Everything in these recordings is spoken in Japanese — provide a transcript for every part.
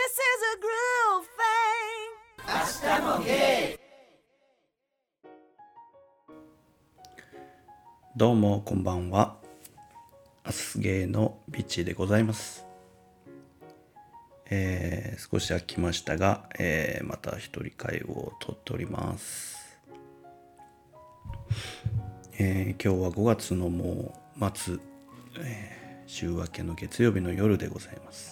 is a groove thing. 明日もゲイ。どうもこんばんは。アスゲイのビッチーでございます。少し空きましたが、また一人会を撮っております。今日は5月のもう末、週明けの月曜日の夜でございます。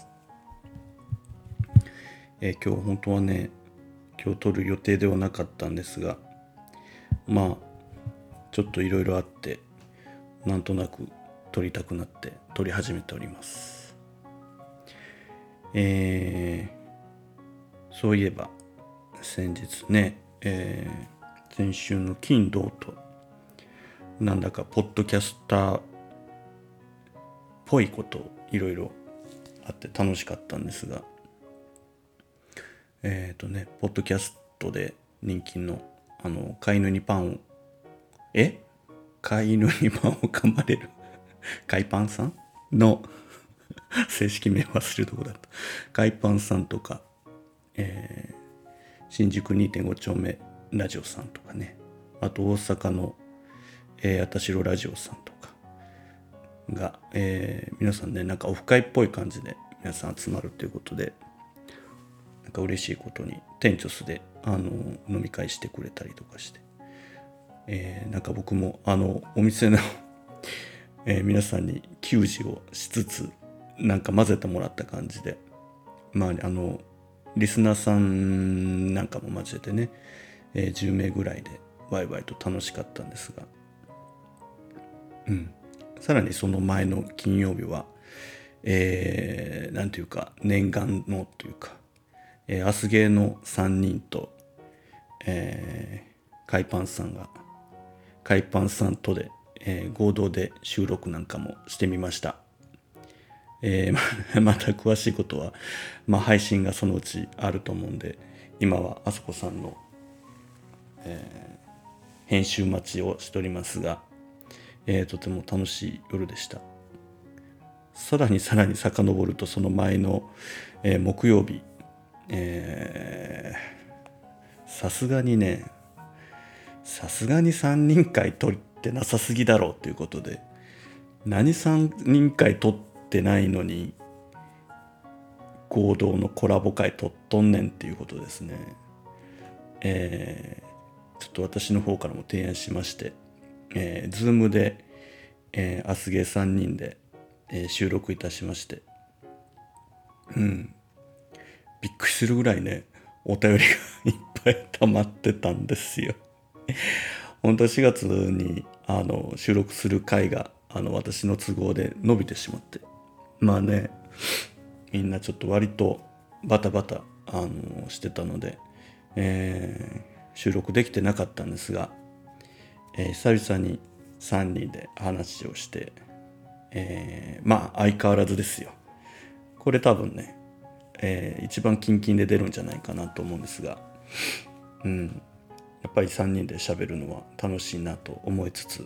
今日本当はね、今日撮る予定ではなかったんですが、ちょっといろいろあってなんとなく撮りたくなって撮り始めております。そういえば先日ね、先週の金土となんだかポッドキャスターっぽいこといろいろあって楽しかったんですが、ポッドキャストで人気の飼い犬にパンを飼い犬にパンを噛まれる飼いパンさんの正式名忘れるとこだった。飼いパンさんとか、新宿 2.5 丁目ラジオさんとかね、あと大阪のあたしろラジオさんとかが、皆さんね、なんかオフ会っぽい感じで皆さん集まるということで、なんか嬉しいことに店長スで飲み会してくれたりとかして、なんか僕もお店の皆さんに給仕をしつつなんか混ぜてもらった感じで、リスナーさんなんかも交えてね、10名ぐらいでワイワイと楽しかったんですが、さらにその前の金曜日は、なんていうか念願のというか、アスゲーの3人と、カイパンさんとで、合同で収録なんかもしてみました。また詳しいことは、配信がそのうちあると思うんで、今はあそこさんの、編集待ちをしておりますが、とても楽しい夜でした。さらに遡るとその前の、木曜日、さすがに3人会撮ってなさすぎだろうということで、何3人会撮ってないのに合同のコラボ会撮っとんねんっていうことですね。ちょっと私の方からも提案しまして、Zoom で、アスゲー3人で、収録いたしまして、びっくりするぐらいね、お便りがいっぱい溜まってたんですよ。本当は4月に収録する回が私の都合で伸びてしまって、みんなちょっと割とバタバタしてたので、収録できてなかったんですが、久々に3人で話をして、相変わらずですよ。これ多分ね、一番キンキンで出るんじゃないかなと思うんですが、やっぱり3人で喋るのは楽しいなと思いつつ、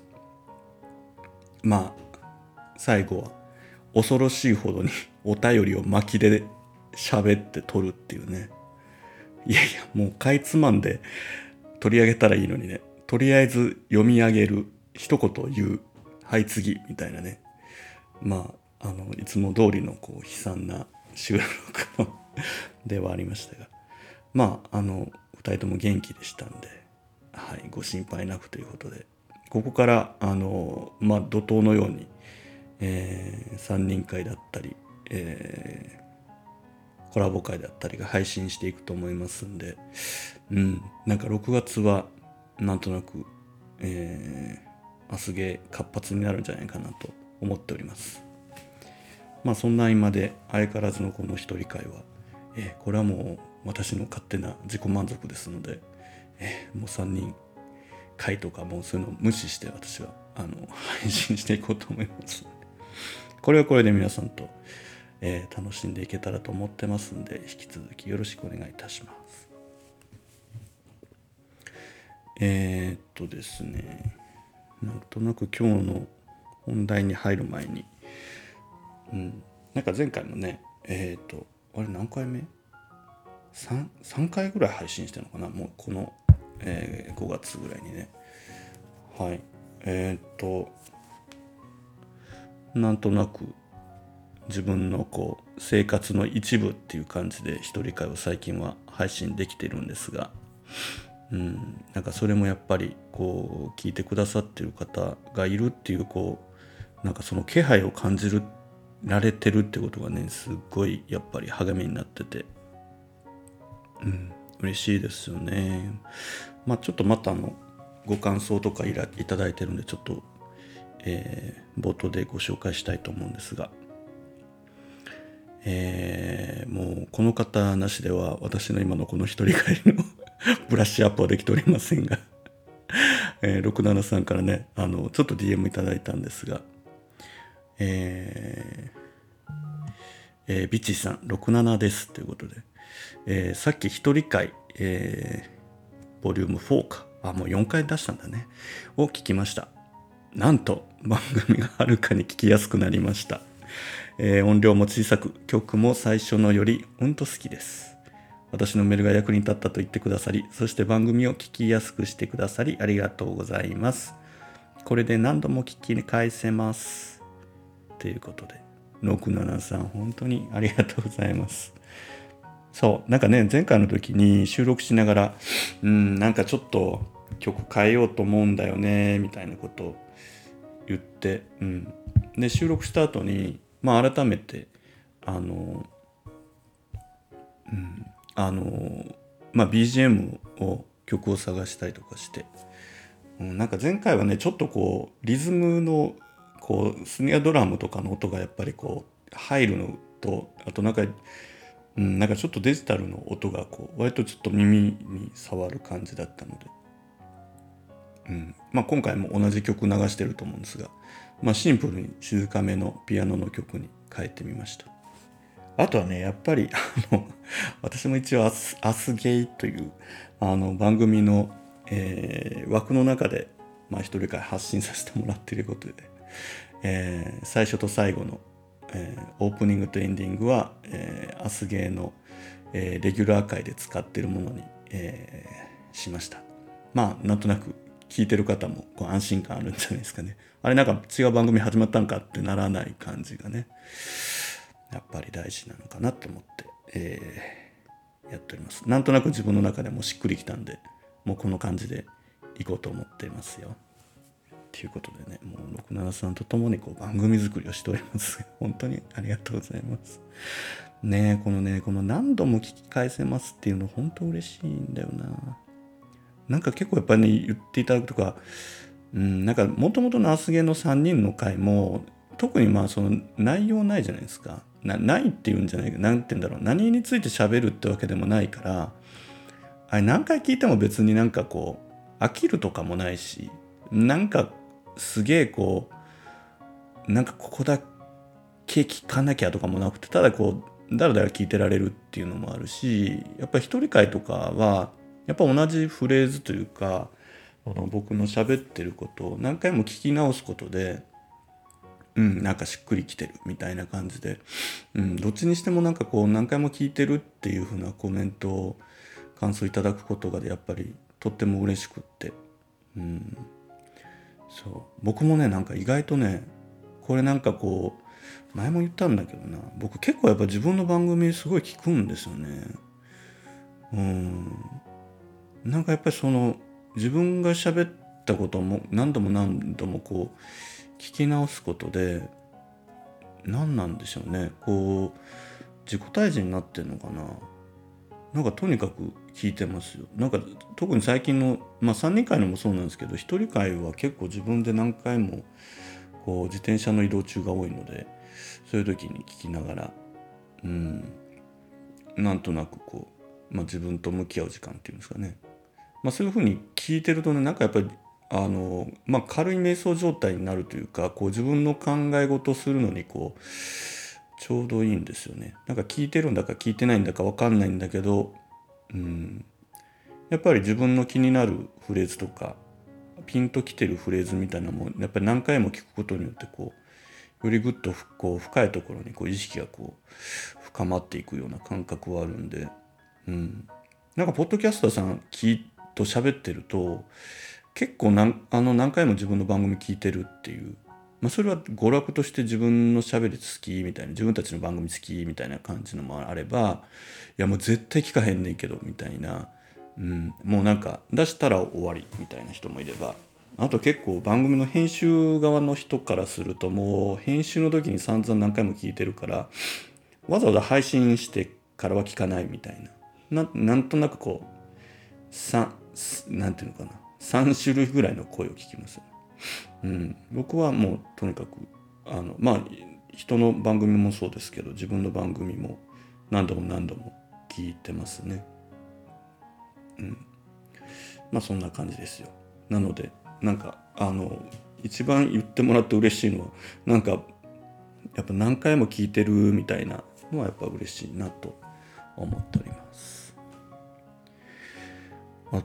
最後は恐ろしいほどにお便りを巻きで喋って撮るっていうね。いやもうかいつまんで取り上げたらいいのにね、とりあえず読み上げる、一言言う、はい次みたいなね。いつも通りの悲惨な収録のではありましたが、2人とも元気でしたんで、はい、ご心配なくということで、ここから怒涛のように、3人会だったり、コラボ会だったりが配信していくと思いますんで、なんか6月はなんとなく、アスゲー活発になるんじゃないかなと思っております。そんな今で相変わらずのこの一人会は、これはもう私の勝手な自己満足ですので、もう3人会とかもうそういうのを無視して私は配信していこうと思います。これはこれで皆さんと、楽しんでいけたらと思ってますんで、引き続きよろしくお願いいたします。ですね、なんとなく今日の本題に入る前に、なんか前回のね、あれ何回目 3回ぐらい配信してるのかな、もうこの、5月ぐらいにね。はい。なんとなく自分のこう生活の一部っていう感じで一人会を最近は配信できてるんですが、なんかそれもやっぱりこう聞いてくださってる方がいるっていうこうなんかその気配を感じられてるってことがね、すっごいやっぱり励みになってて、嬉しいですよね。ちょっとまたご感想とかいただいてるんで、ちょっと、冒頭でご紹介したいと思うんですが、もうこの方なしでは私の今のこの一人会のブラッシュアップはできておりませんが67さんからねちょっと DM いただいたんですが、ビッチーさん67ですということで、さっき一人会、ボリューム4かもう4回出したんだねを聞きました。なんと番組がはるかに聞きやすくなりました。音量も小さく曲も最初のより好きです。私のメールが役に立ったと言ってくださり、そして番組を聞きやすくしてくださりありがとうございます。これで何度も聞き返せますということで、67さん本当にありがとうございます。そうなんかね、前回の時に収録しながらなんかちょっと曲変えようと思うんだよねみたいなことを言って、で収録した後に改めてBGM を曲を探したりとかして、なんか前回はねちょっとこうリズムのこうスネアドラムとかの音がやっぱりこう入るのと、あとなんかちょっとデジタルの音がこう割とちょっと耳に触る感じだったので、今回も同じ曲流してると思うんですが、シンプルに静かめのピアノの曲に変えてみました。あとはねやっぱり私も一応アスゲイという番組の、枠の中で一人会発信させてもらっていることで、最初と最後の、オープニングとエンディングは、アスゲイの、レギュラー回で使っているものに、しました。なんとなく聞いてる方もこう安心感あるんじゃないですかね。あれなんか違う番組始まったんかってならない感じがねやっぱり大事なのかなと思って、やっております。なんとなく自分の中でもしっくりきたんで、もうこの感じでいこうと思っていますよ。ということでね、もう67さんと共にこう番組作りをしております。本当にありがとうございます。この何度も聞き返せますっていうの本当嬉しいんだよな。なんか結構やっぱりね言っていただくとか、なんか元々のアスゲの3人の回も特にその内容ないじゃないですか。ないっていうんじゃないか、なんて言うんだろう、何について喋るってわけでもないから、あれ何回聞いても別になんかこう飽きるとかもないし、なんかすげえこうなんかここだけ聞かなきゃとかもなくて、ただこうだらだら聞いてられるっていうのもあるし、やっぱり一人会とかはやっぱ同じフレーズというか僕の喋ってることを何回も聞き直すことでなんかしっくりきてるみたいな感じで、どっちにしてもなんかこう何回も聞いてるっていう風なコメントを感想いただくことがやっぱりとっても嬉しくって、そう僕もねなんか意外とねこれなんかこう前も言ったんだけどな、僕結構やっぱ自分の番組すごい聞くんですよね。なんかやっぱりその自分が喋ったことも何度も何度もこう聞き直すことで何なんでしょうね、こう自己対峙になってんのかな。なんかとにかく聞いてますよ。なんか特に最近の3人会のもそうなんですけど、一人会は結構自分で何回もこう自転車の移動中が多いので、そういう時に聞きながらなんとなくこう、自分と向き合う時間っていうんですかね、そういう風に聞いてるとね、なんかやっぱり軽い瞑想状態になるというか、こう自分の考え事するのにこうちょうどいいんですよね。なんか聞いてるんだか聞いてないんだか分かんないんだけど、やっぱり自分の気になるフレーズとかピンときてるフレーズみたいなもんやっぱり何回も聞くことによってこうよりぐっとこう深いところにこう意識がこう深まっていくような感覚はあるんで、 なんかポッドキャスターさんと喋ってると結構何回も自分の番組聞いてるっていう、それは娯楽として自分の喋り好きみたいな、自分たちの番組好きみたいな感じのもあれば、いやもう絶対聞かへんねんけどみたいな、もうなんか出したら終わりみたいな人もいれば、あと結構番組の編集側の人からすると、もう編集の時に散々何回も聞いてるからわざわざ配信してからは聞かないみたいな、なんとなくこうなんていうのかな、3種類ぐらいの声を聞きます。僕はもうとにかく人の番組もそうですけど、自分の番組も何度も何度も聞いてますね。そんな感じですよ。なのでなんか一番言ってもらって嬉しいのは、なんかやっぱ何回も聞いてるみたいなのはやっぱ嬉しいなと思っております。あ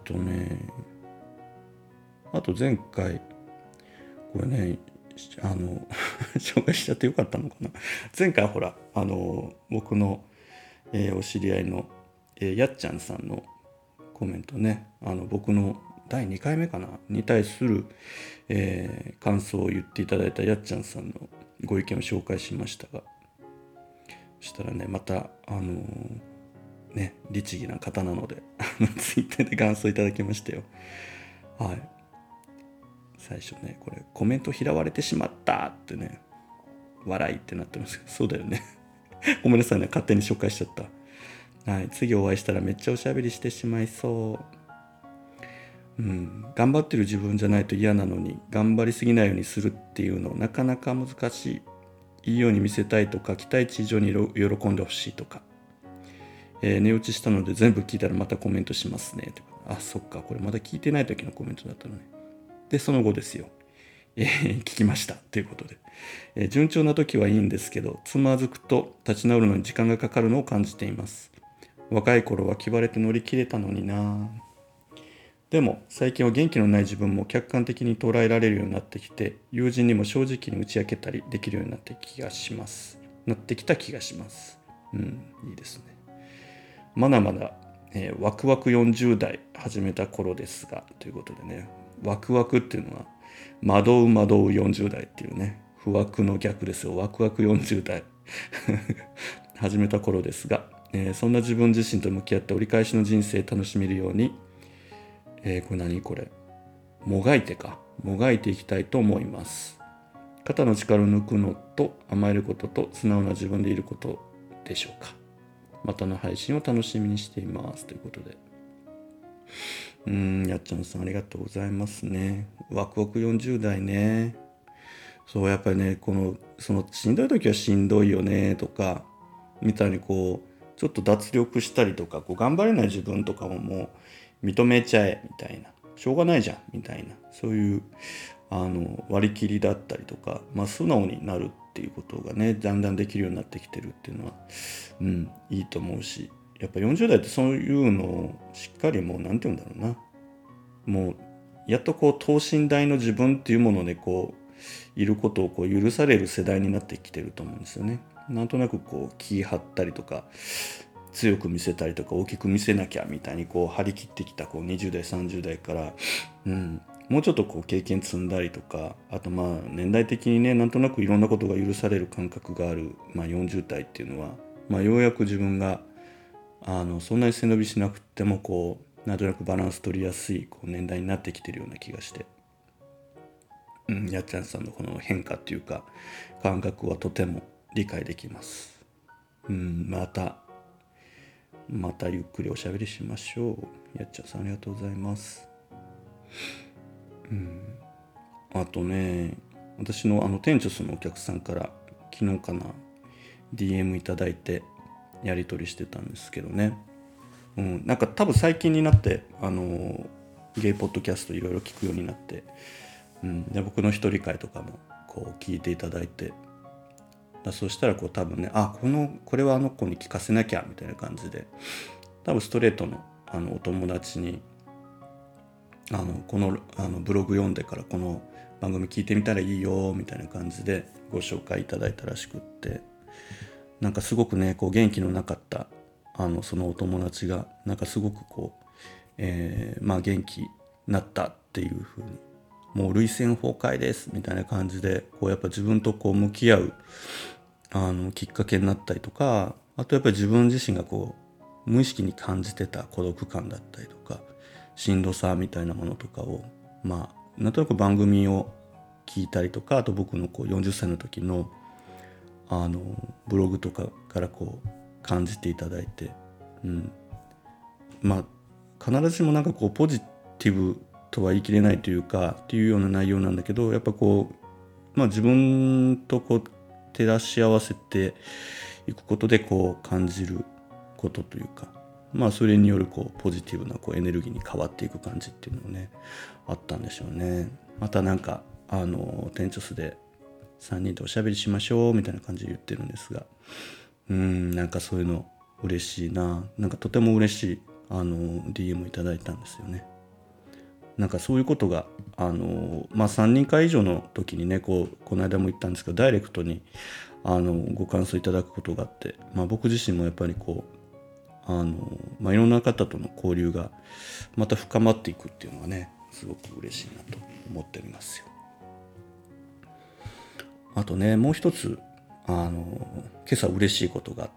と前回これね紹介しちゃってよかったのかな。前回ほら僕の、お知り合いの、やっちゃんさんのコメントね、僕の第2回目かなに対する、感想を言っていただいたやっちゃんさんのご意見を紹介しましたが、そしたらね、また律儀な方なのでツイッターで感想いただきましたよ。はい。最初ね、これコメント拾われてしまったってね、笑いってなってますけど、そうだよねごめんなさいね、勝手に紹介しちゃった。はい、次お会いしたらめっちゃおしゃべりしてしまいそう。頑張ってる自分じゃないと嫌なのに、頑張りすぎないようにするっていうのなかなか難しい。いいように見せたいとか、期待値以上に喜んでほしいとか、寝落ちしたので全部聞いたらまたコメントしますねとか。あ、そっか、これまだ聞いてない時のコメントだったのね。でその後ですよ、聞きましたということで、順調な時はいいんですけど、つまずくと立ち直るのに時間がかかるのを感じています。若い頃は気晴れて乗り切れたのにな。でも最近は元気のない自分も客観的に捉えられるようになってきて、友人にも正直に打ち明けたりできるようになってきた気がします。いいですね。まだまだ、ワクワク40代始めた頃ですが、ということでね、ワクワクっていうのは惑う40代っていうね、不惑の逆ですよ。ワクワク40代始めた頃ですが、そんな自分自身と向き合って折り返しの人生楽しめるように、これ何これもがいていきたいと思います。肩の力を抜くのと甘えることと素直な自分でいることでしょうか。またの配信を楽しみにしていますということで、やっちゃんさんありがとうございますね。ワクワク40代ね。そうやっぱりね、そのしんどい時はしんどいよねとかみたいに、こうちょっと脱力したりとか、こう頑張れない自分とかももう認めちゃえみたいな、しょうがないじゃんみたいな、そういう割り切りだったりとか、素直になるっていうことがね、だんだんできるようになってきてるっていうのは、いいと思うし、やっぱ40代ってそういうのをしっかり、もうなんて言うんだろうな、もうやっとこう等身大の自分っていうものでこういることをこう許される世代になってきてると思うんですよね。なんとなくこう気張ったりとか、強く見せたりとか、大きく見せなきゃみたいにこう張り切ってきたこう20代30代から、もうちょっとこう経験積んだりとか、あと年代的にね、なんとなくいろんなことが許される感覚がある、40代っていうのは、ようやく自分がそんなに背伸びしなくてもこうなんとなくバランス取りやすいこう年代になってきてるような気がして、やっちゃんさんのこの変化っていうか感覚はとても理解できます。またゆっくりおしゃべりしましょう。やっちゃんさんありがとうございます。あとね、私の店長のお客さんから昨日かな DM いただいてやり取りしてたんですけどね、なんか多分最近になってゲイポッドキャストいろいろ聞くようになって、で僕の一人会とかもこう聞いていただいて、そしたらこう多分ね、これはあの子に聞かせなきゃみたいな感じで、多分ストレートのお友達にこのブログ読んでからこの番組聞いてみたらいいよみたいな感じでご紹介いただいたらしくって、なんかすごくねこう元気のなかったそのお友達がなんかすごくこう、元気になったっていうふうに、もう涙腺崩壊ですみたいな感じでこうやっぱ自分とこう向き合うきっかけになったりとか、あとやっぱり自分自身がこう無意識に感じてた孤独感だったりとかしんどさみたいなものとかをなんとなく番組を聞いたりとか、あと僕のこう40歳の時のブログとかからこう感じていただいて、必ずしもなんかこうポジティブとは言い切れないというかっていうような内容なんだけど、やっぱこう自分とこう照らし合わせていくことでこう感じることというか、それによるこうポジティブなこうエネルギーに変わっていく感じっていうのもねあったんでしょうね。またなんか店長室で3人でおしゃべりしましょうみたいな感じで言ってるんですが、なんかそういうの嬉しいな、なんかとても嬉しいDM いただいたんですよね。なんかそういうことが3人会以上の時にねこの間も言ったんですけど、ダイレクトにご感想いただくことがあって、僕自身もやっぱりこういろんな方との交流がまた深まっていくっていうのはねすごく嬉しいなと思っておりますよ。あとねもう一つ今朝嬉しいことがあって、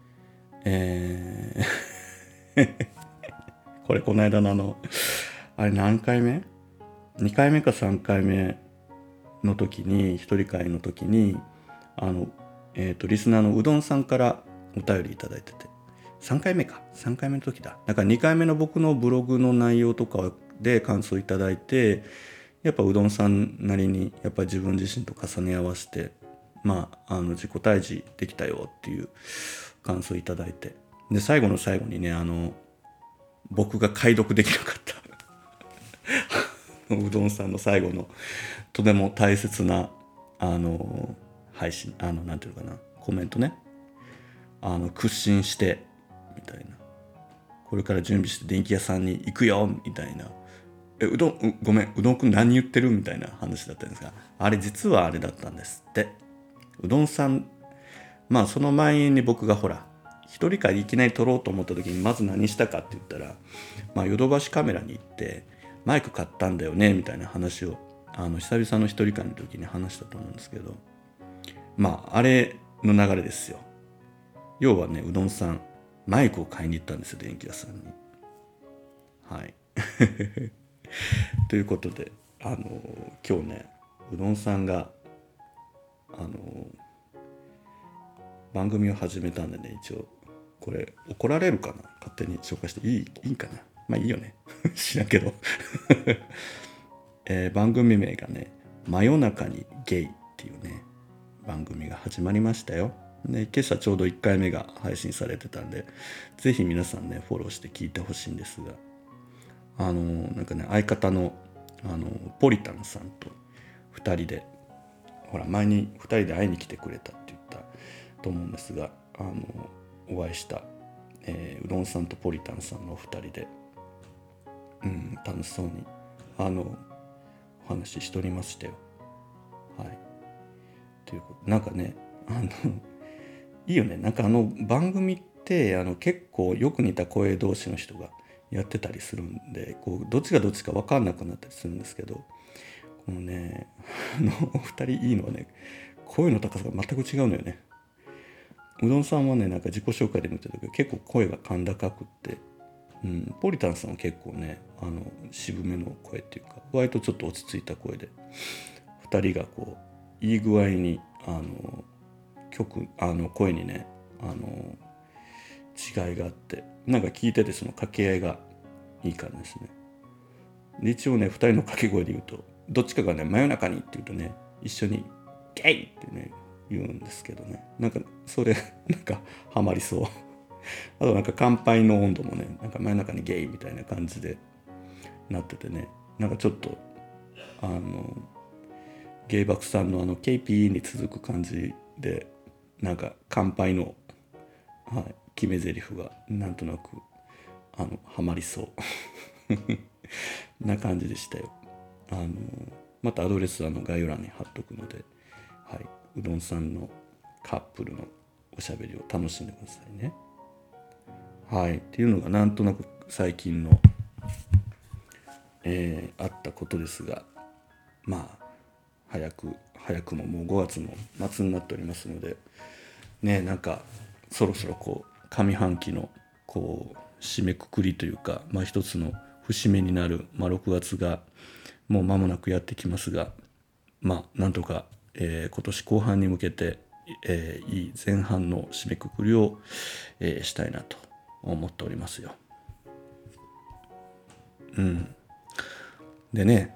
これこの間のあれ何回目 ?2 回目か3回目の時に一人会の時にリスナーのうどんさんからお便りいただいてて、3回目の時だ。だから2回目の僕のブログの内容とかで感想いただいて、やっぱうどんさんなりにやっぱり自分自身と重ね合わせて自己対峙できたよっていう感想いただいて、で最後の最後にね僕が解読できなかったうどんさんの最後のとても大切な配信なんていうのかなコメントね、屈伸してみたいな、これから準備して電気屋さんに行くよみたいな、ごめんうどんくん何言ってるみたいな話だったんですが、あれ実はあれだったんですって。うどんさんその前に僕がほら一人会いきなり撮ろうと思った時にまず何したかって言ったらヨドバシカメラに行ってマイク買ったんだよねみたいな話を久々の一人会の時に話したと思うんですけど、あれの流れですよ。要はねうどんさんマイクを買いに行ったんですよ電気屋さんに。はいということで今日ねうどんさんが番組を始めたんでね、一応これ怒られるかな、勝手に紹介していいかな、いいよね知らんけど番組名がね真夜中にゲイっていうね番組が始まりましたよ。で今朝ちょうど1回目が配信されてたんで、ぜひ皆さんねフォローして聞いてほしいんですが、なんかね相方のポリタンさんと2人でほら前に2人で会いに来てくれたって言ったと思うんですが、お会いした、うどんさんとポリタンさんのお二人で、楽しそうにお話ししておりましたよ。はい。ということなんかねいいよね。なんか番組って結構よく似た声同士の人がやってたりするんで、こうどっちがどっちか分かんなくなったりするんですけど、このねお二人いいのはね声の高さが全く違うのよね。うどんさんはねなんか自己紹介で見てたけど結構声が甲高くって、ポリタンさんは結構ね渋めの声っていうか割とちょっと落ち着いた声で、2人がこういい具合に声にね違いがあって、なんか聞いててその掛け合いがいい感じですね。で一応ね2人の掛け声で言うとどっちかがね真夜中にって言うとね一緒にゲイってね言うんですけどね、なんかそれなんかハマりそうあとなんか乾杯の温度もねなんか真夜中にゲイみたいな感じでなっててね、なんかちょっとゲイバクさんのケイピーに続く感じでなんか乾杯の、決め台詞がなんとなくハマりそうな感じでしたよ。またアドレス概要欄に貼っとくので、はい、うどんさんのカップルのおしゃべりを楽しんでくださいね。 はい、っていうのがなんとなく最近の、あったことですが、まあ早くももう5月も末になっておりますのでね、なんかそろそろこう上半期のこう締めくくりというか、一つの節目になる、6月がもう間もなくやってきますが、なんとか、今年後半に向けて、いい前半の締めくくりを、したいなと思っておりますよ。でね、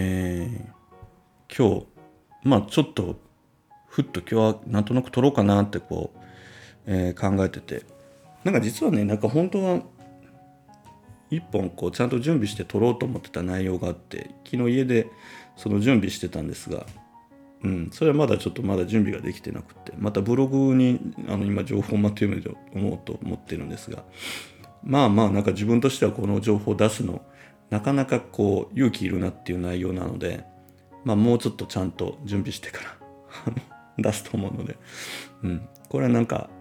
今日ちょっとふっと今日はなんとなく撮ろうかなってこう、考えてて、なんか実はね、なんか本当は一本こうちゃんと準備して撮ろうと思ってた内容があって、昨日家でその準備してたんですが、それはまだ準備ができてなくて、またブログに今情報をまとめようと思ってるんですが、なんか自分としてはこの情報を出すのなかなかこう勇気いるなっていう内容なので、もうちょっとちゃんと準備してから出すと思うので、これはなんか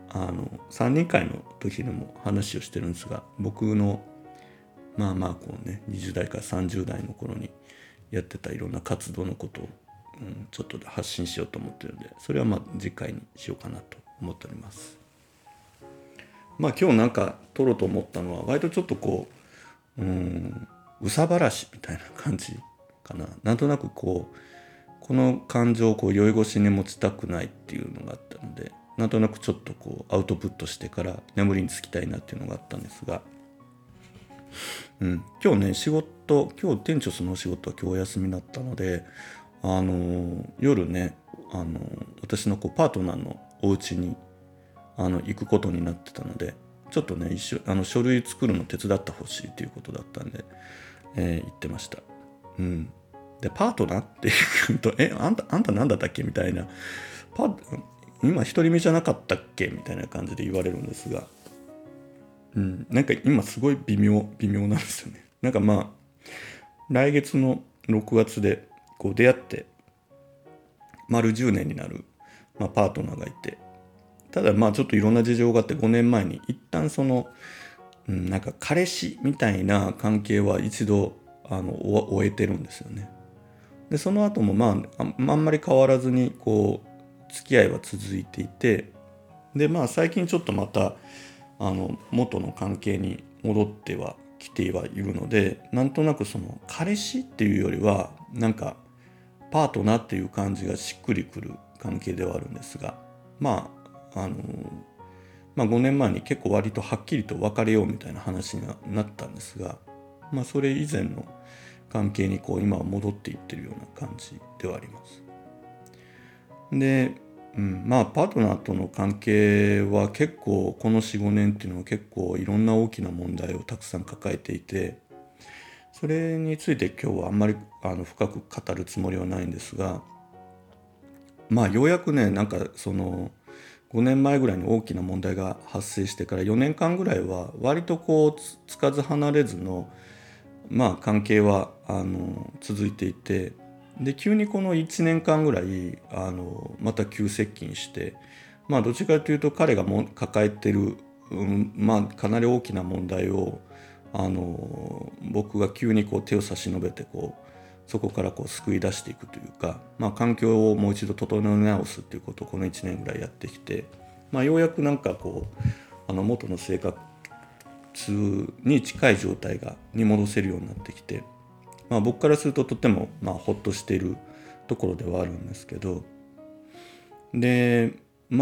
3人会の時にも話をしてるんですが、僕のこうね20代から30代の頃にやってたいろんな活動のことを、ちょっと発信しようと思ってるので、それは次回にしようかなと思っております。今日なんか撮ろうと思ったのは割とちょっとこう憂さ晴らしみたいな感じかな。なんとなくこの感情をこう酔い越しに持ちたくないっていうのがあったので、なんとなくちょっとこうアウトプットしてから眠りにつきたいなっていうのがあったんですが、今日ね今日店長その仕事は今日お休みだったので、夜ね私のこうパートナーのお家に行くことになってたので、ちょっとね書類作るの手伝ってほしいということだったんで、行ってました。でパートナーって言うとあんた何だったっけみたいな、今一人目じゃなかったっけみたいな感じで言われるんですが、なんか今すごい微妙なんですよね。なんか来月の6月でこう出会って丸10年になる、パートナーがいて、ただちょっといろんな事情があって5年前に一旦その、なんか彼氏みたいな関係は一度終えてるんですよね。でその後もあんまり変わらずにこう付き合いは続いていて、で最近ちょっとまた元の関係に戻ってはきてはいるので、なんとなくその彼氏っていうよりはなんかパートナーっていう感じがしっくりくる関係ではあるんですが、5年前に結構割とはっきりと別れようみたいな話になったんですが、それ以前の関係にこう今は戻っていってるような感じではあります。で、パートナーとの関係は結構この 4,5 年っていうのは結構いろんな大きな問題をたくさん抱えていて、それについて今日はあんまり深く語るつもりはないんですが、ようやくねなんかその5年前ぐらいに大きな問題が発生してから4年間ぐらいは割とこうつかず離れずの関係は続いていて、で急にこの1年間ぐらいまた急接近して、どっちかというと彼が抱えてる、かなり大きな問題を僕が急にこう手を差し伸べてこうそこからこう救い出していくというか、環境をもう一度整え直すっていうことをこの1年ぐらいやってきて、ようやくなんかこう元の生活に近い状態に戻せるようになってきて、僕からするととてもほっとしているところではあるんですけど、で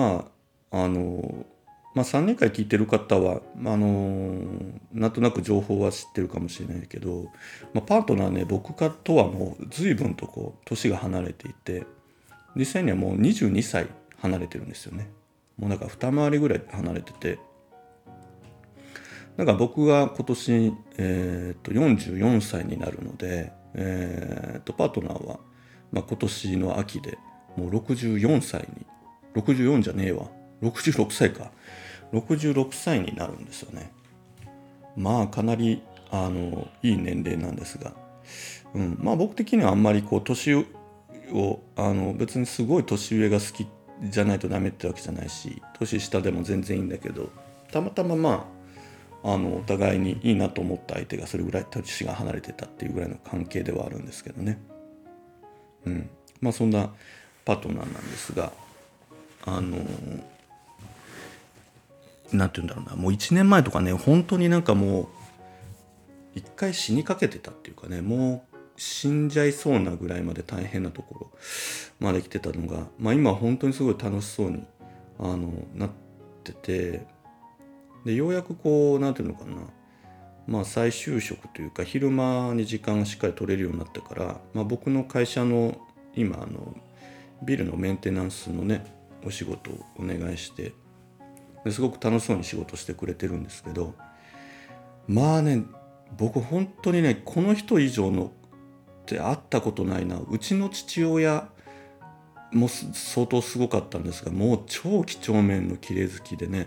3年間聞いてる方はなんとなく情報は知ってるかもしれないけど、パートナーね僕とはもう随分とこう年が離れていて、実際にはもう22歳離れてるんですよね。もうなんか二回りぐらい離れてて、なんか僕が今年、44歳になるので、パートナーは、今年の秋でもう64歳に64じゃねえわ66歳か66歳になるんですよね。かなりいい年齢なんですが、僕的にはあんまりこう年を別にすごい年上が好きじゃないとダメってわけじゃないし、年下でも全然いいんだけど、たまたまお互いにいいなと思った相手がそれぐらい年が離れてたっていうぐらいの関係ではあるんですけどね。そんなパートナーなんですが、なんて言うんだろうな、もう1年前とかね、本当になんかもう一回死にかけてたっていうかね、もう死んじゃいそうなぐらいまで大変なところまで来てたのが、今本当にすごい楽しそうになってて、でようやくこうなんていうのかな、再就職というか昼間に時間がしっかり取れるようになってから、僕の会社の今ビルのメンテナンスのねお仕事をお願いして、ですごく楽しそうに仕事してくれてるんですけど、僕本当にね、この人以上のって会ったことないな。うちの父親も相当すごかったんですが、もう超几帳面の綺麗好きでね、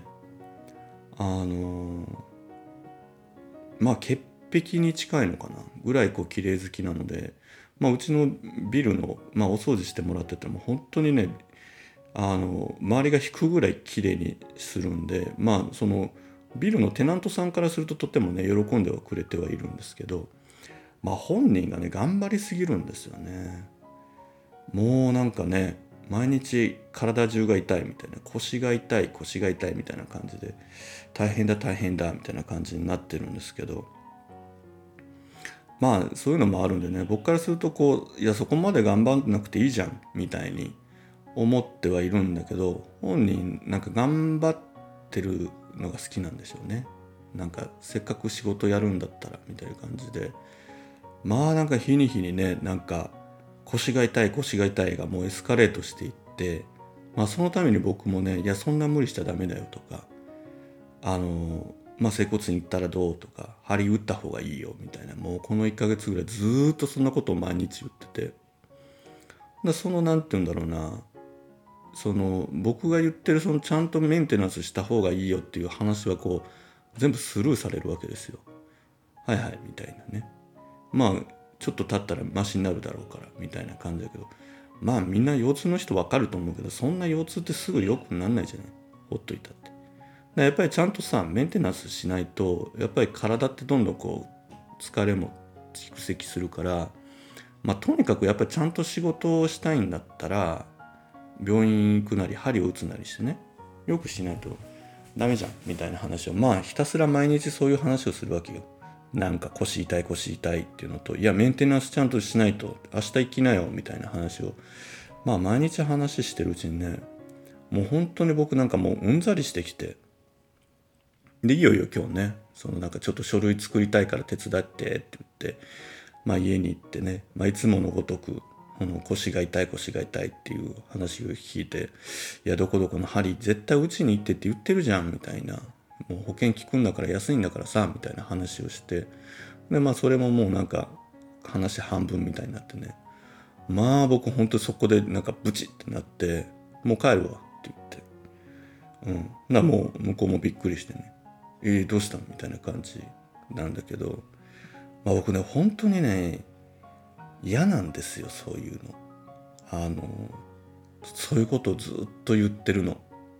潔癖に近いのかなぐらいこう綺麗好きなので、うちのビルの、お掃除してもらってても本当にね、周りが引くぐらい綺麗にするんで、そのビルのテナントさんからするととてもね喜んではくれてはいるんですけど、本人がね頑張りすぎるんですよね。もうなんかね、毎日体中が痛いみたいな、腰が痛いみたいな感じで、大変だみたいな感じになってるんですけど、そういうのもあるんでね、僕からするとこう、いやそこまで頑張んなくていいじゃんみたいに思ってはいるんだけど、本人なんか頑張ってるのが好きなんでしょうね。なんかせっかく仕事やるんだったらみたいな感じで、なんか日に日にね、なんか腰が痛いがもうエスカレートしていって、そのために僕もね、いやそんな無理しちゃダメだよとか、整骨院行ったらどうとか、針打った方がいいよみたいな、もうこの1ヶ月ぐらいずーっとそんなことを毎日言ってて、そのなんて言うんだろうな、その僕が言ってるそのちゃんとメンテナンスした方がいいよっていう話はこう全部スルーされるわけですよ。はいはいみたいなね。ちょっと経ったらマシになるだろうからみたいな感じだけど、みんな腰痛の人分かると思うけど、そんな腰痛ってすぐ良くなんないじゃない、ほっといたって。やっぱりちゃんとさメンテナンスしないと、やっぱり体ってどんどんこう疲れも蓄積するから、とにかくやっぱりちゃんと仕事をしたいんだったら病院行くなり針を打つなりしてね、よくしないとダメじゃんみたいな話をひたすら毎日そういう話をするわけよ。なんか腰痛いっていうのと、いやメンテナンスちゃんとしないと明日行きなよみたいな話を毎日話してるうちにね、もう本当に僕なんかもううんざりしてきて、でいよいよ今日ね、そのなんかちょっと書類作りたいから手伝ってって言って、家に行ってね、いつものごとく腰が痛いっていう話を聞いて、いやどこどこの針絶対うちに行ってって言ってるじゃんみたいな、もう保険効くんだから安いんだからさみたいな話をして、でそれももうなんか話半分みたいになってね、僕本当にそこでなんかブチってなって、もう帰るわって言って、もう向こうもびっくりしてね、どうしたみたいな感じなんだけど、僕ね本当にね嫌なんですよ、そういうの。そういうことをずっと言ってるの。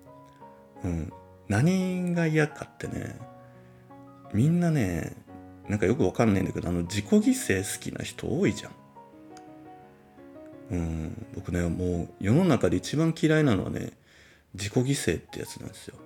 何が嫌かってね、みんなね、なんかよくわかんないんだけど、自己犠牲好きな人多いじゃん。僕ね、もう世の中で一番嫌いなのはね、自己犠牲ってやつなんですよ。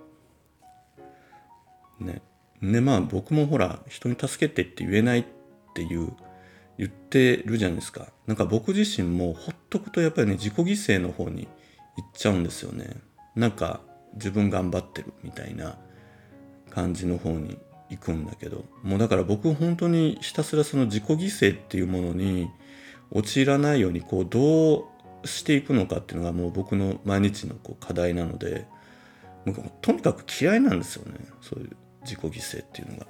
ね。で僕もほら、人に助けてって言えないって言ってるじゃないですか。なんか僕自身もほっとくとやっぱりね、自己犠牲の方に行っちゃうんですよね。なんか自分頑張ってるみたいな感じの方に行くんだけど、もうだから僕本当にひたすらその自己犠牲っていうものに陥らないようにこうどうしていくのかっていうのがもう僕の毎日のこう課題なので、僕とにかく嫌いなんですよね、そういう自己犠牲っていうのが。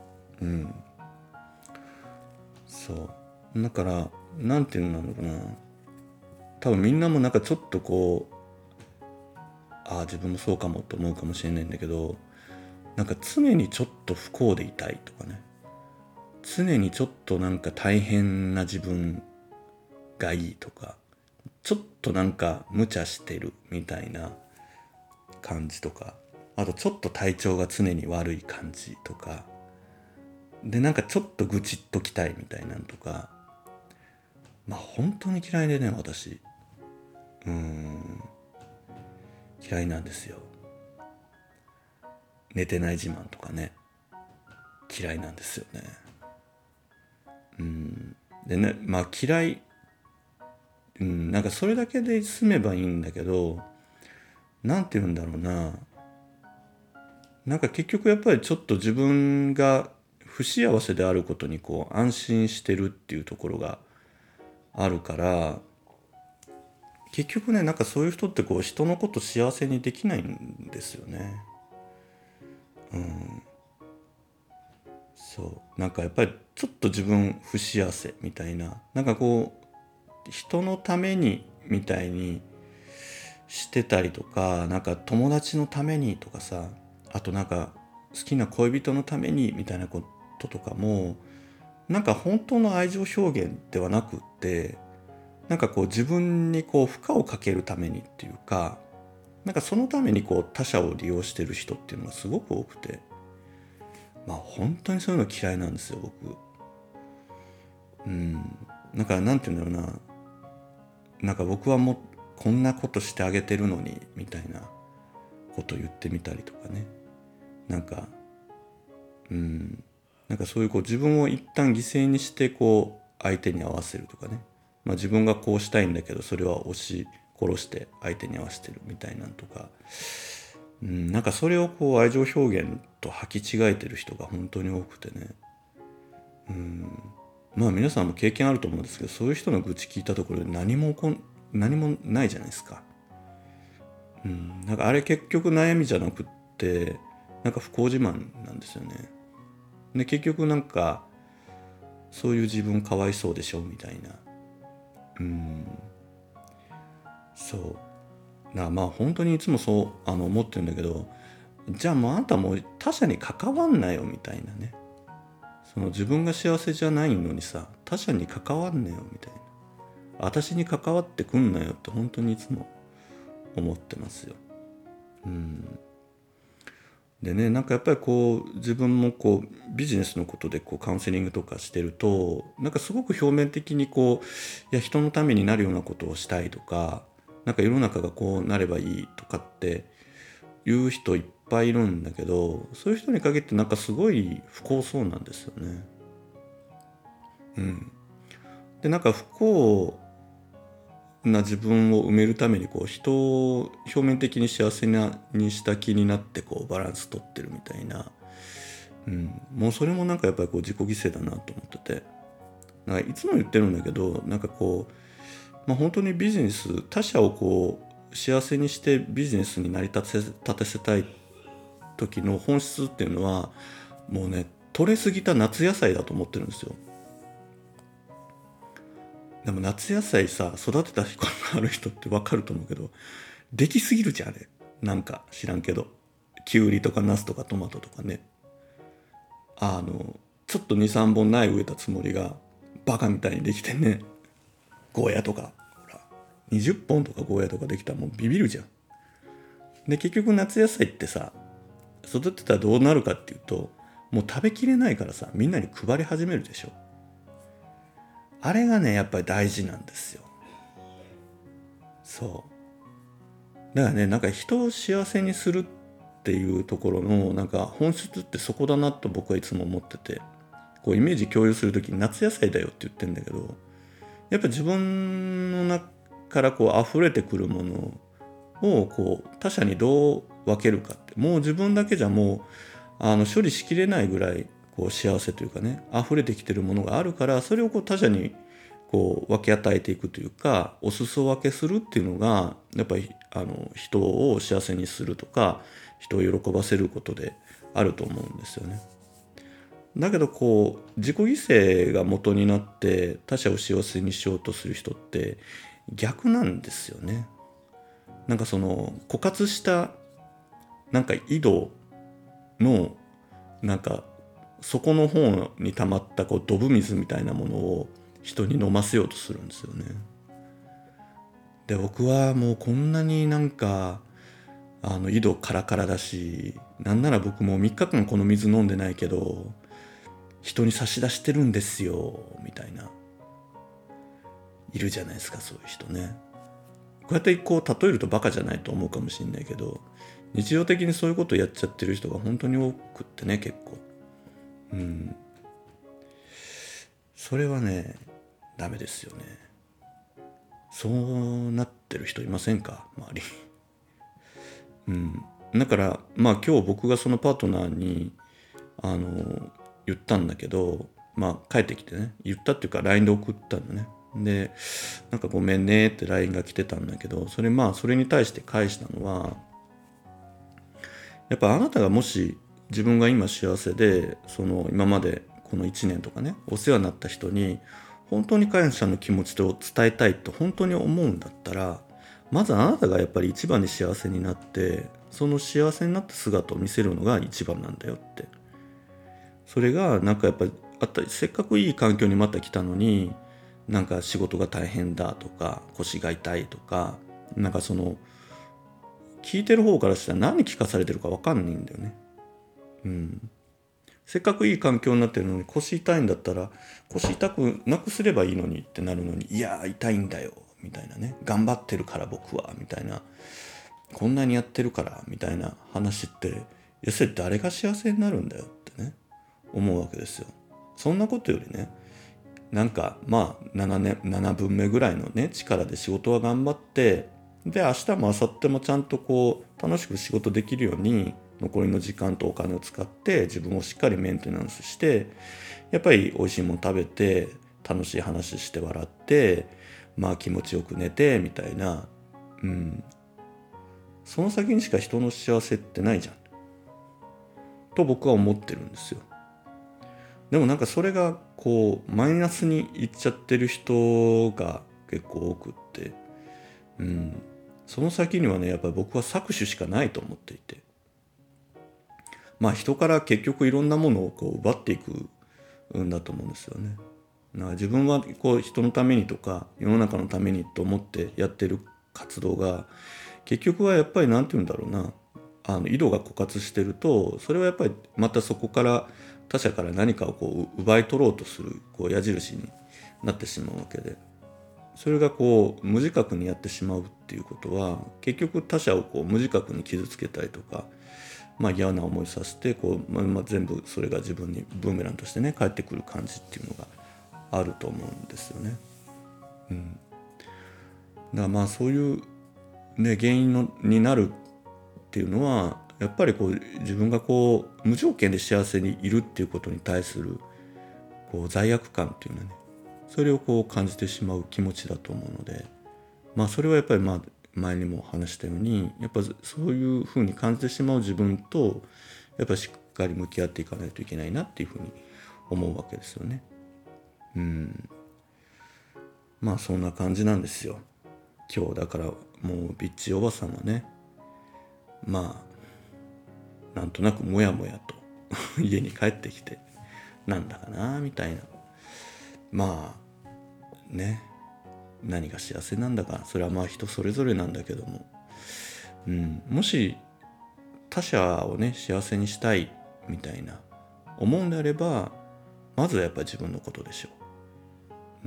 そうだからなんていうのなのかな、多分みんなもなんかちょっとこう、自分もそうかもと思うかもしれないんだけど、なんか常にちょっと不幸でいたいとかね、常にちょっとなんか大変な自分がいいとか、ちょっとなんか無茶してるみたいな感じとか、 あとちょっと体調が常に悪い感じとかで、なんかちょっと愚痴っときたいみたいなんとか、まあ本当に嫌いでね、私嫌いなんですよ。寝てない自慢とかね、嫌いなんですよね。でね、まあ嫌い、なんかそれだけで済めばいいんだけど、なんて言うんだろうな、なんか結局やっぱりちょっと自分が不幸せであることにこう安心してるっていうところがあるから、結局ね、なんかそういう人ってこう人のこと幸せにできないんですよね。そうなんかやっぱりちょっと自分不幸せみたいな、なんかこう人のためにみたいにしてたりとか、なんか友達のためにとかさ、あとなんか好きな恋人のためにみたいなこととかも、なんか本当の愛情表現ではなくって、なんかこう自分にこう負荷をかけるためにっていうか、なんかそのためにこう他者を利用してる人っていうのがすごく多くて、まあ本当にそういうの嫌いなんですよ、僕。なんかなんていうんだろうな、なんか僕はもうこんなことしてあげてるのにみたいなこと言ってみたりとかね、なんかなんかそういうこう自分を一旦犠牲にしてこう相手に合わせるとかね、まあ自分がこうしたいんだけどそれは押し殺して相手に合わせてるみたいなんとか、なんかそれをこう愛情表現と履き違えてる人が本当に多くてね、まあ皆さんも経験あると思うんですけど、そういう人の愚痴聞いたところで何もないじゃないですか。なんかあれ結局悩みじゃなくって、なんか不幸自慢なんですよね。で結局なんかそういう自分かわいそうでしょみたいな。そうまあ本当にいつもそう思ってるんだけど、じゃあもうあんたもう他者に関わんなよみたいなね。その自分が幸せじゃないのにさ、他者に関わんなよみたいな、私に関わってくんなよって本当にいつも思ってますよ。でね、なんかやっぱりこう自分もこうビジネスのことでこうカウンセリングとかしてると、なんかすごく表面的にこう、いや人のためになるようなことをしたいとか、なんか世の中がこうなればいいとかって言う人いっぱいいるんだけど、そういう人に限ってなんかすごい不幸そうなんですよね。でなんか不幸な自分を埋めるためにこう人を表面的に幸せにした気になってこうバランス取ってるみたいな、もうそれもなんかやっぱりこう自己犠牲だなと思ってて、なんかいつも言ってるんだけど、なんかこう、本当にビジネス、他者をこう幸せにしてビジネスに成り立たせたい時の本質っていうのは、もうね取れすぎた夏野菜だと思ってるんですよ。でも夏野菜さ、育てたことがある人って分かると思うけど、できすぎるじゃんあれ。なんか知らんけど、きゅうりとかナスとかトマトとかね、ちょっと23本苗植えたつもりがバカみたいにできてね、ゴーヤとかほら20本とかゴーヤとかできたらもうビビるじゃん。で結局夏野菜ってさ、育てたらどうなるかっていうと、もう食べきれないからさ、みんなに配り始めるでしょ。あれがねやっぱり大事なんですよ。そうだからね、なんか人を幸せにするっていうところのなんか本質ってそこだなと僕はいつも思ってて、こうイメージ共有するときに夏野菜だよって言ってんだけど、やっぱ自分の中からこう溢れてくるものをこう他者にどう分けるかって、もう自分だけじゃもう処理しきれないぐらいこう幸せというかね、溢れてきてるものがあるから、それをこう他者にこう分け与えていくというか、お裾分けするっていうのがやっぱり人を幸せにするとか、人を喜ばせることであると思うんですよね。だけどこう自己犠牲が元になって他者を幸せにしようとする人って逆なんですよね。なんかその枯渇したなんか井戸のなんか底の方に溜まったこうドブ水みたいなものを人に飲ませようとするんですよね。で僕はもうこんなになんか井戸カラカラだし、なんなら僕も3日間この水飲んでないけど人に差し出してるんですよみたいな、いるじゃないですか、そういう人ね。こうやってこう例えるとバカじゃないと思うかもしれないけど、日常的にそういうことやっちゃってる人が本当に多くってね、結構。それはね、ダメですよね。そうなってる人いませんか、周り。だから今日僕がそのパートナーに言ったんだけど、帰ってきてね、言ったっていうか LINE で送ったんだね。で、なんかごめんねって LINE が来てたんだけど、それに対して返したのは、やっぱあなたがもし自分が今幸せで、今までこの1年とかね、お世話になった人に本当に感謝の気持ちを伝えたいと本当に思うんだったら、まずあなたがやっぱり一番に幸せになって、その幸せになった姿を見せるのが一番なんだよって。それがなんかやっぱりせっかくいい環境にまた来たのに、なんか仕事が大変だとか腰が痛いとか、なんか聞いてる方からしたら何聞かされてるか分かんないんだよね。せっかくいい環境になってるのに腰痛いんだったら腰痛くなくすればいいのにってなるのに、いや痛いんだよみたいなね、頑張ってるから僕はみたいな、こんなにやってるからみたいな話って、いやそれ誰が幸せになるんだよってね、思うわけですよ。そんなことよりね、なんか7分目ぐらいのね力で仕事は頑張って、で明日も明後日もちゃんとこう楽しく仕事できるように残りの時間とお金を使って自分をしっかりメンテナンスして、やっぱり美味しいもの食べて楽しい話して笑って、気持ちよく寝てみたいな、その先にしか人の幸せってないじゃんと僕は思ってるんですよ。でもなんかそれがこうマイナスにいっちゃってる人が結構多くって、その先にはね、やっぱり僕は搾取しかないと思っていて、人から結局いろんなものをこう奪っていくんだと思うんですよね。だから自分はこう人のためにとか世の中のためにと思ってやってる活動が、結局はやっぱりなんて言うんだろうな、井戸が枯渇してると、それはやっぱりまたそこから他者から何かをこう奪い取ろうとするこう矢印になってしまうわけで、それがこう無自覚にやってしまうっていうことは、結局他者をこう無自覚に傷つけたりとか、嫌な思いさせてこう、全部それが自分にブーメランとしてね返ってくる感じっていうのがあると思うんですよね。だからそういうね原因になるっていうのは、やっぱりこう自分がこう無条件で幸せにいるっていうことに対するこう罪悪感っていうのはね、それをこう感じてしまう気持ちだと思うので、それはやっぱり前にも話したように、やっぱそういうふうに感じてしまう自分とやっぱりしっかり向き合っていかないといけないなっていうふうに思うわけですよね。そんな感じなんですよ。今日だからもうビッチおばさんはね、なんとなくモヤモヤと家に帰ってきて、なんだかなみたいな、何が幸せなんだか、それは人それぞれなんだけども、もし他者をね幸せにしたいみたいな思うんであれば、まずはやっぱり自分のことでしょう。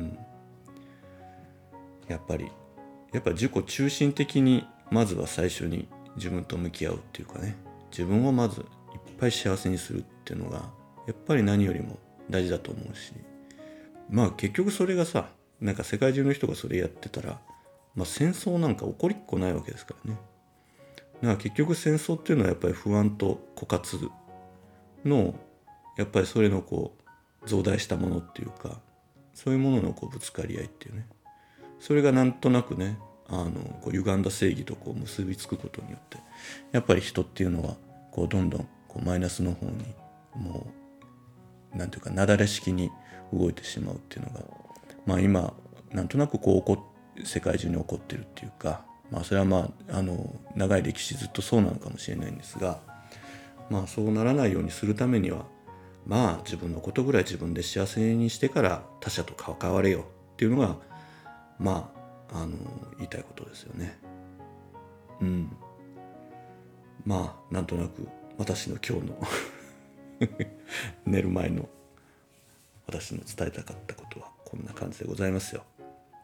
やっぱり自己中心的にまずは最初に自分と向き合うっていうかね、自分をまずいっぱい幸せにするっていうのがやっぱり何よりも大事だと思うし、結局それがさ、なんか世界中の人がそれやってたら、戦争なんか起こりっこないわけですからね。だから結局戦争っていうのはやっぱり不安と枯渇のやっぱりそれのこう増大したものっていうか、そういうもののこうぶつかり合いっていうね、それがなんとなくねこう歪んだ正義とこう結びつくことによって、やっぱり人っていうのはこうどんどんこうマイナスの方にもうなんていうかなだれ式に動いてしまうっていうのが、今なんとなくこう世界中に起こってるっていうか、それは長い歴史ずっとそうなのかもしれないんですが、そうならないようにするためには自分のことぐらい自分で幸せにしてから他者と関われよっていうのが言いたいことですよね。 まあなんとなく私の今日の寝る前の私の伝えたかったことはこんな感じでございますよ。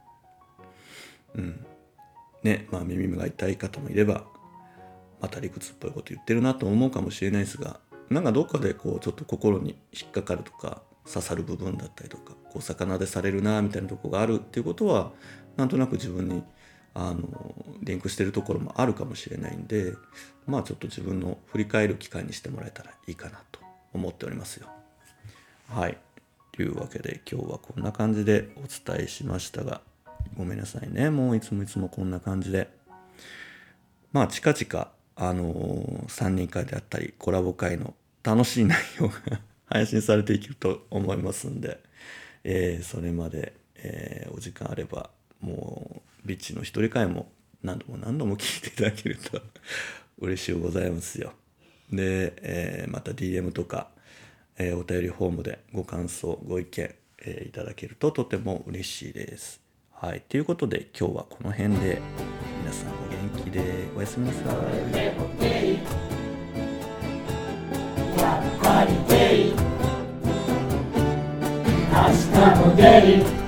ね、まあ耳が痛い方もいれば、また理屈っぽいこと言ってるなと思うかもしれないですが、なんかどっかでこうちょっと心に引っかかるとか刺さる部分だったりとか、こう魚でされるなみたいなところがあるっていうことは、なんとなく自分にリンクしてるところもあるかもしれないんで、まあちょっと自分の振り返る機会にしてもらえたらいいかなと思っておりますよ。はい、というわけで今日はこんな感じでお伝えしましたが、ごめんなさいね、もういつもこんな感じで。まあ近々3人会であったりコラボ会の楽しい内容が配信されていくと思いますんで、それまで、お時間あればもうビッチの一人会も何度も聞いていただけると嬉しいございますよ。で、また DM とか、お便りフォームでご感想ご意見、いただけるととても嬉しいです。はい、ということで今日はこの辺で、皆さんお元気でおやすみなさい。やっぱりゲイ、明日もゲイ。